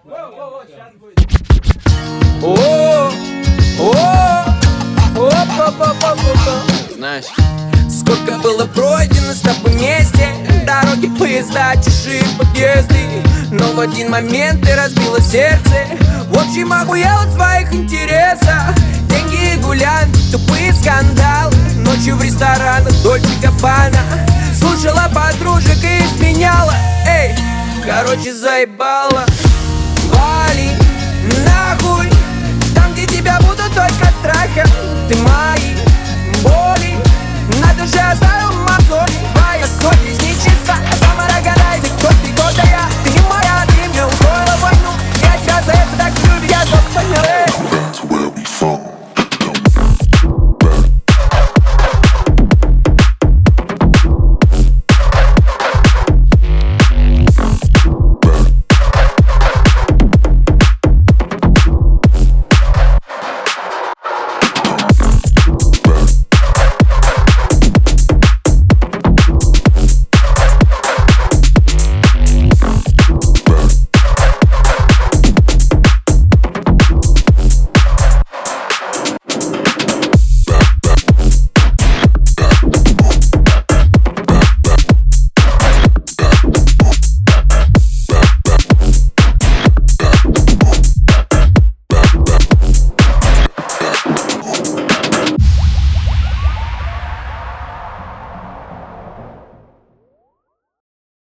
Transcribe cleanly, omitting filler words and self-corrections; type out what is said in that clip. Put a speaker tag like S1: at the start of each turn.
S1: Знаешь, сколько было пройдено с тобой вместе, дороги, поезда, чужие подъезды, но в один момент ты разбила сердце. В общем, охуела в твоих интересах. Деньги и гулянки, тупые скандалы, ночью в ресторанах Дольче Габбана. Слушала подружек и изменяла. Эй, короче, заебала. Вали нахуй, там, где тебя будут только трахать. Ты мои боли на душе